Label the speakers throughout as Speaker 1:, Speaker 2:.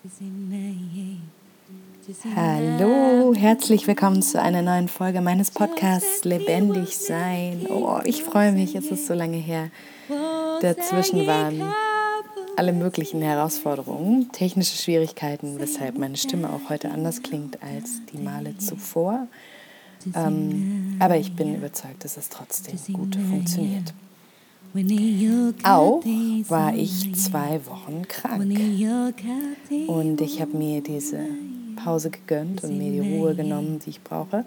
Speaker 1: Hallo, herzlich willkommen zu einer neuen Folge meines Podcasts Lebendig Sein. Oh, ich freue mich, es ist so lange her. Dazwischen waren alle möglichen Herausforderungen, technische Schwierigkeiten, weshalb meine Stimme auch heute anders klingt als die Male zuvor. Aber ich bin überzeugt, dass es trotzdem gut funktioniert. Auch war ich 2 Wochen krank und ich habe mir diese Pause gegönnt und mir die Ruhe genommen, die ich brauche.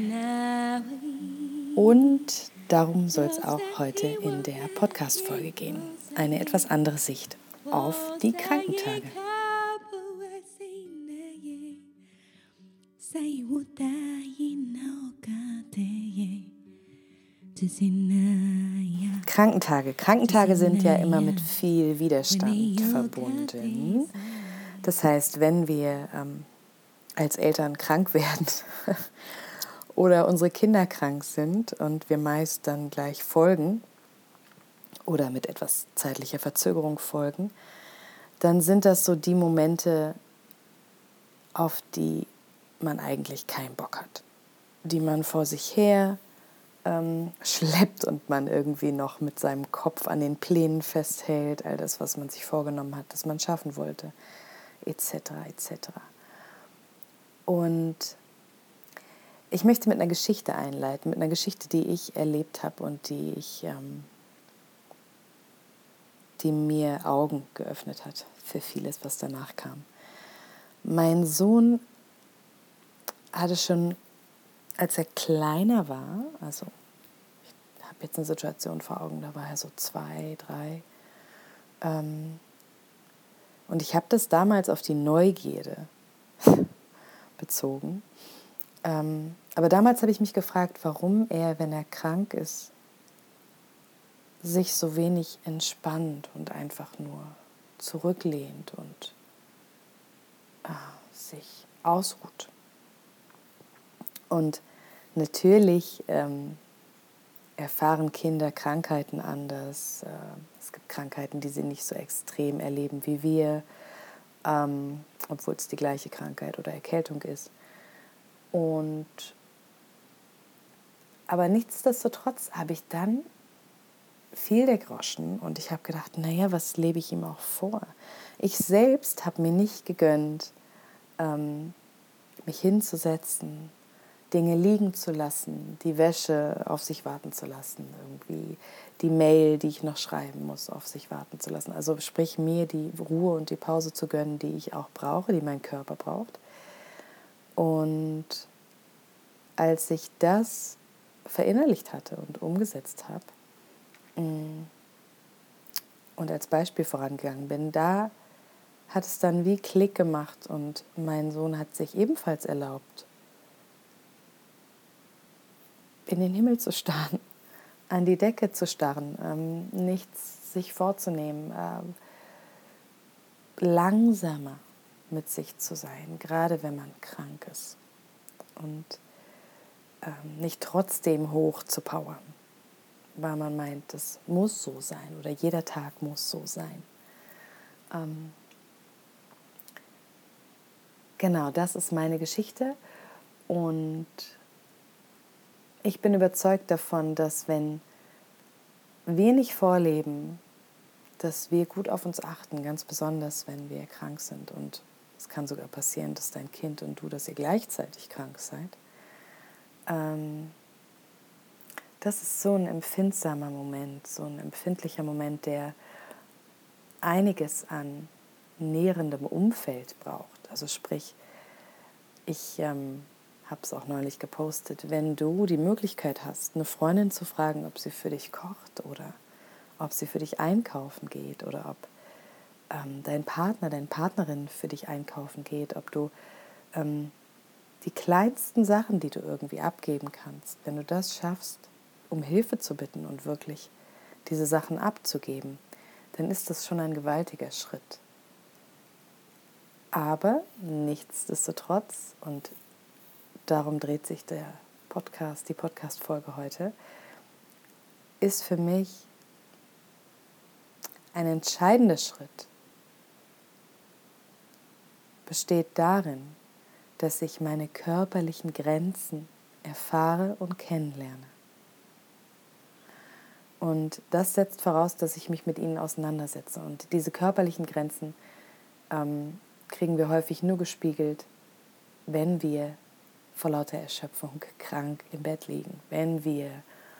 Speaker 1: Und darum soll es auch heute in der Podcast-Folge gehen. Eine etwas andere Sicht auf die Krankentage. Krankentage sind ja immer mit viel Widerstand verbunden. Das heißt, wenn wir als Eltern krank werden oder unsere Kinder krank sind und wir meist dann gleich folgen oder mit etwas zeitlicher Verzögerung folgen, dann sind das so die Momente, auf die man eigentlich keinen Bock hat, die man vor sich her schleppt und man irgendwie noch mit seinem Kopf an den Plänen festhält, all das, was man sich vorgenommen hat, das man schaffen wollte, etc. etc. Und ich möchte mit einer Geschichte einleiten, mit einer Geschichte, die ich erlebt habe und die mir Augen geöffnet hat für vieles, was danach kam. Mein Sohn hatte schon, als er kleiner war, also ich habe jetzt eine Situation vor Augen, da war er so 2, 3, und ich habe das damals auf die Neugierde bezogen. Aber damals habe ich mich gefragt, warum er, wenn er krank ist, sich so wenig entspannt und einfach nur zurücklehnt und sich ausruht. Und natürlich erfahren Kinder Krankheiten anders. Es gibt Krankheiten, die sie nicht so extrem erleben wie wir, obwohl es die gleiche Krankheit oder Erkältung ist. Aber nichtsdestotrotz habe ich dann fiel der Groschen und ich habe gedacht, naja, was lebe ich ihm auch vor? Ich selbst habe mir nicht gegönnt, mich hinzusetzen, Dinge liegen zu lassen, die Wäsche auf sich warten zu lassen, irgendwie die Mail, die ich noch schreiben muss, auf sich warten zu lassen. Also sprich, mir die Ruhe und die Pause zu gönnen, die ich auch brauche, die mein Körper braucht. Und als ich das verinnerlicht hatte und umgesetzt habe und als Beispiel vorangegangen bin, da hat es dann wie Klick gemacht und mein Sohn hat sich ebenfalls erlaubt, in den Himmel zu starren, an die Decke zu starren, nichts sich vorzunehmen, langsamer mit sich zu sein, gerade wenn man krank ist und nicht trotzdem hoch zu powern, weil man meint, das muss so sein oder jeder Tag muss so sein. Genau, das ist meine Geschichte und ich bin überzeugt davon, dass wenn wir nicht vorleben, dass wir gut auf uns achten, ganz besonders, wenn wir krank sind. Und es kann sogar passieren, dass dein Kind und du, dass ihr gleichzeitig krank seid. Das ist so ein empfindsamer Moment, so ein empfindlicher Moment, der einiges an nährendem Umfeld braucht. Also sprich, ich habe es auch neulich gepostet, wenn du die Möglichkeit hast, eine Freundin zu fragen, ob sie für dich kocht oder ob sie für dich einkaufen geht oder ob dein Partner, deine Partnerin für dich einkaufen geht, ob du die kleinsten Sachen, die du irgendwie abgeben kannst, wenn du das schaffst, um Hilfe zu bitten und wirklich diese Sachen abzugeben, dann ist das schon ein gewaltiger Schritt. Aber nichtsdestotrotz, und darum dreht sich die Podcast-Folge heute, ist für mich ein entscheidender Schritt, besteht darin, dass ich meine körperlichen Grenzen erfahre und kennenlerne. Und das setzt voraus, dass ich mich mit ihnen auseinandersetze. Und diese körperlichen Grenzen kriegen wir häufig nur gespiegelt, wenn wir vor lauter Erschöpfung krank im Bett liegen, wenn wir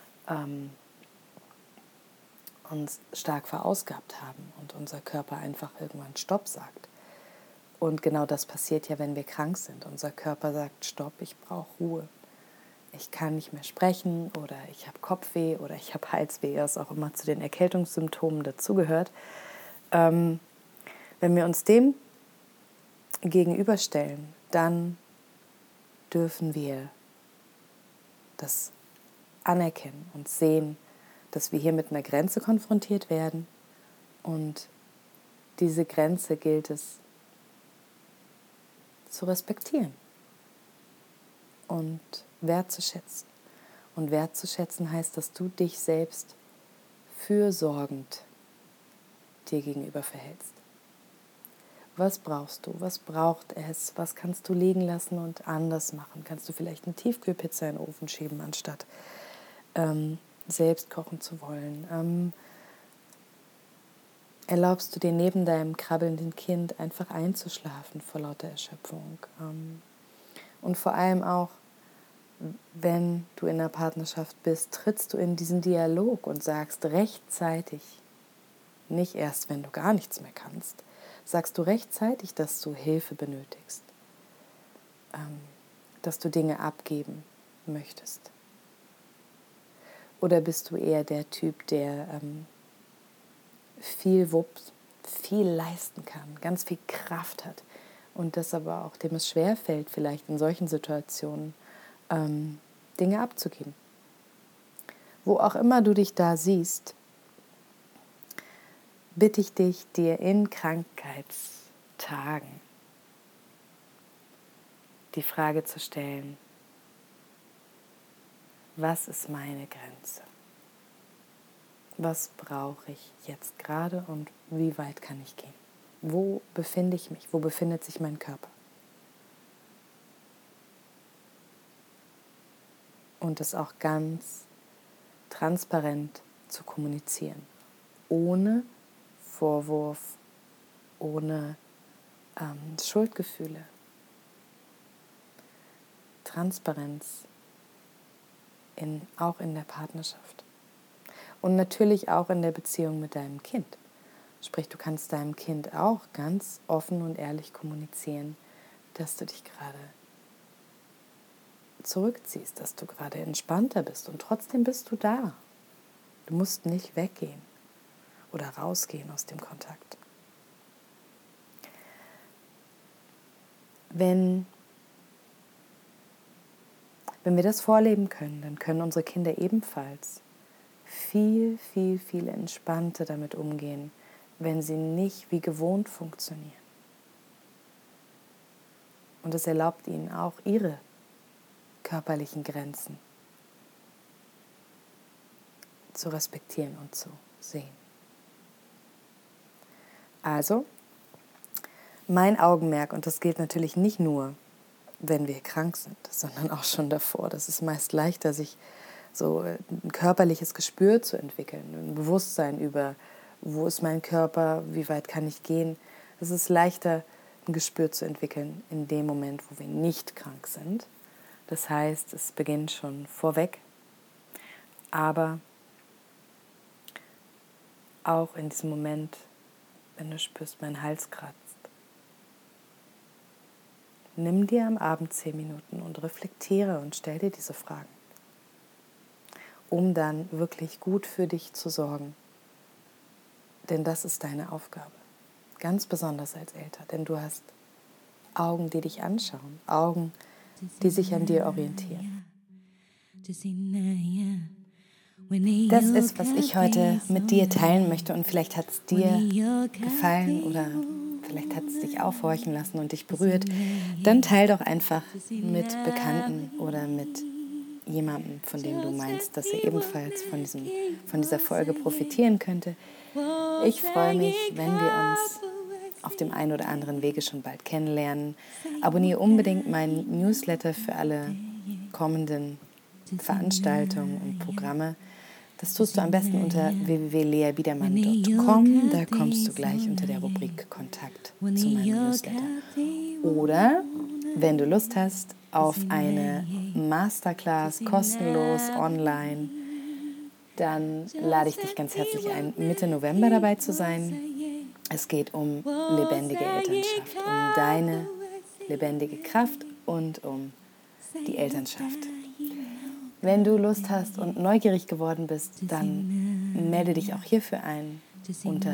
Speaker 1: uns stark verausgabt haben und unser Körper einfach irgendwann Stopp sagt. Und genau das passiert ja, wenn wir krank sind. Unser Körper sagt, Stopp, ich brauche Ruhe. Ich kann nicht mehr sprechen oder ich habe Kopfweh oder ich habe Halsweh, was auch immer zu den Erkältungssymptomen dazugehört. Wenn wir uns dem gegenüberstellen, dann dürfen wir das anerkennen und sehen, dass wir hier mit einer Grenze konfrontiert werden und diese Grenze gilt es zu respektieren und wertzuschätzen. Und wertzuschätzen heißt, dass du dich selbst fürsorgend dir gegenüber verhältst. Was brauchst du? Was braucht es? Was kannst du liegen lassen und anders machen? Kannst du vielleicht eine Tiefkühlpizza in den Ofen schieben, anstatt selbst kochen zu wollen? Erlaubst du dir neben deinem krabbelnden Kind einfach einzuschlafen vor lauter Erschöpfung? Und vor allem auch, wenn du in einer Partnerschaft bist, trittst du in diesen Dialog und sagst rechtzeitig, nicht erst, wenn du gar nichts mehr kannst, sagst du rechtzeitig, dass du Hilfe benötigst, dass du Dinge abgeben möchtest. Oder bist du eher der Typ, der viel wuppt, viel leisten kann, ganz viel Kraft hat und das aber auch dem es schwerfällt, vielleicht in solchen Situationen Dinge abzugeben. Wo auch immer du dich da siehst, bitte ich dich, dir in Krankheitstagen die Frage zu stellen, was ist meine Grenze? Was brauche ich jetzt gerade und wie weit kann ich gehen? Wo befinde ich mich? Wo befindet sich mein Körper? Und es auch ganz transparent zu kommunizieren, ohne Vorwurf, ohne Schuldgefühle. Transparenz auch in der Partnerschaft. Und natürlich auch in der Beziehung mit deinem Kind. Sprich, du kannst deinem Kind auch ganz offen und ehrlich kommunizieren, dass du dich gerade zurückziehst, dass du gerade entspannter bist und trotzdem bist du da. Du musst nicht weggehen oder rausgehen aus dem Kontakt. Wenn wir das vorleben können, dann können unsere Kinder ebenfalls viel, viel, viel entspannter damit umgehen, wenn sie nicht wie gewohnt funktionieren. Und es erlaubt ihnen auch, ihre körperlichen Grenzen zu respektieren und zu sehen. Also, mein Augenmerk, und das gilt natürlich nicht nur, wenn wir krank sind, sondern auch schon davor. Das ist meist leichter, sich so ein körperliches Gespür zu entwickeln, ein Bewusstsein über, wo ist mein Körper, wie weit kann ich gehen. Es ist leichter, ein Gespür zu entwickeln in dem Moment, wo wir nicht krank sind. Das heißt, es beginnt schon vorweg, aber auch in diesem Moment, wenn du spürst, mein Hals kratzt. Nimm dir am Abend 10 Minuten und reflektiere und stell dir diese Fragen, um dann wirklich gut für dich zu sorgen. Denn das ist deine Aufgabe, ganz besonders als Eltern, denn du hast Augen, die dich anschauen, Augen, die sich an dir orientieren. Das ist, was ich heute mit dir teilen möchte und vielleicht hat es dir gefallen oder vielleicht hat es dich aufhorchen lassen und dich berührt. Dann teil doch einfach mit Bekannten oder mit jemandem, von dem du meinst, dass er ebenfalls von dieser Folge profitieren könnte. Ich freue mich, wenn wir uns auf dem einen oder anderen Wege schon bald kennenlernen. Abonniere unbedingt meinen Newsletter für alle kommenden Veranstaltungen und Programme. Das tust du am besten unter www.leabiedermann.com. Da kommst du gleich unter der Rubrik Kontakt zu meinem Newsletter. Oder, wenn du Lust hast, auf eine Masterclass kostenlos online, dann lade ich dich ganz herzlich ein, Mitte November dabei zu sein. Es geht um lebendige Elternschaft, um deine lebendige Kraft und um die Elternschaft. Wenn du Lust hast und neugierig geworden bist, dann melde dich auch hierfür ein unter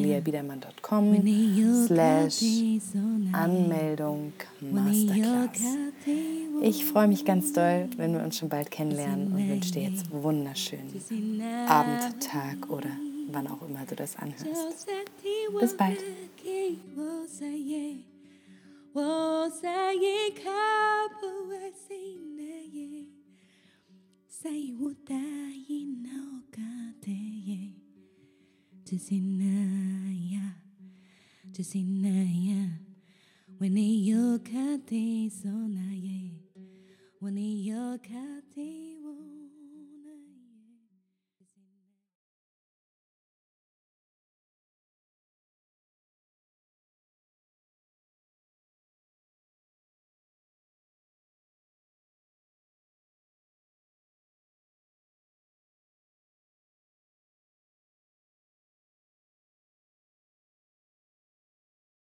Speaker 1: www.leabiedermann.com/Anmeldung Masterclass. Ich freue mich ganz doll, wenn wir uns schon bald kennenlernen und wünsche dir jetzt wunderschönen Abend, Tag oder wann auch immer du das anhörst. Bis bald. When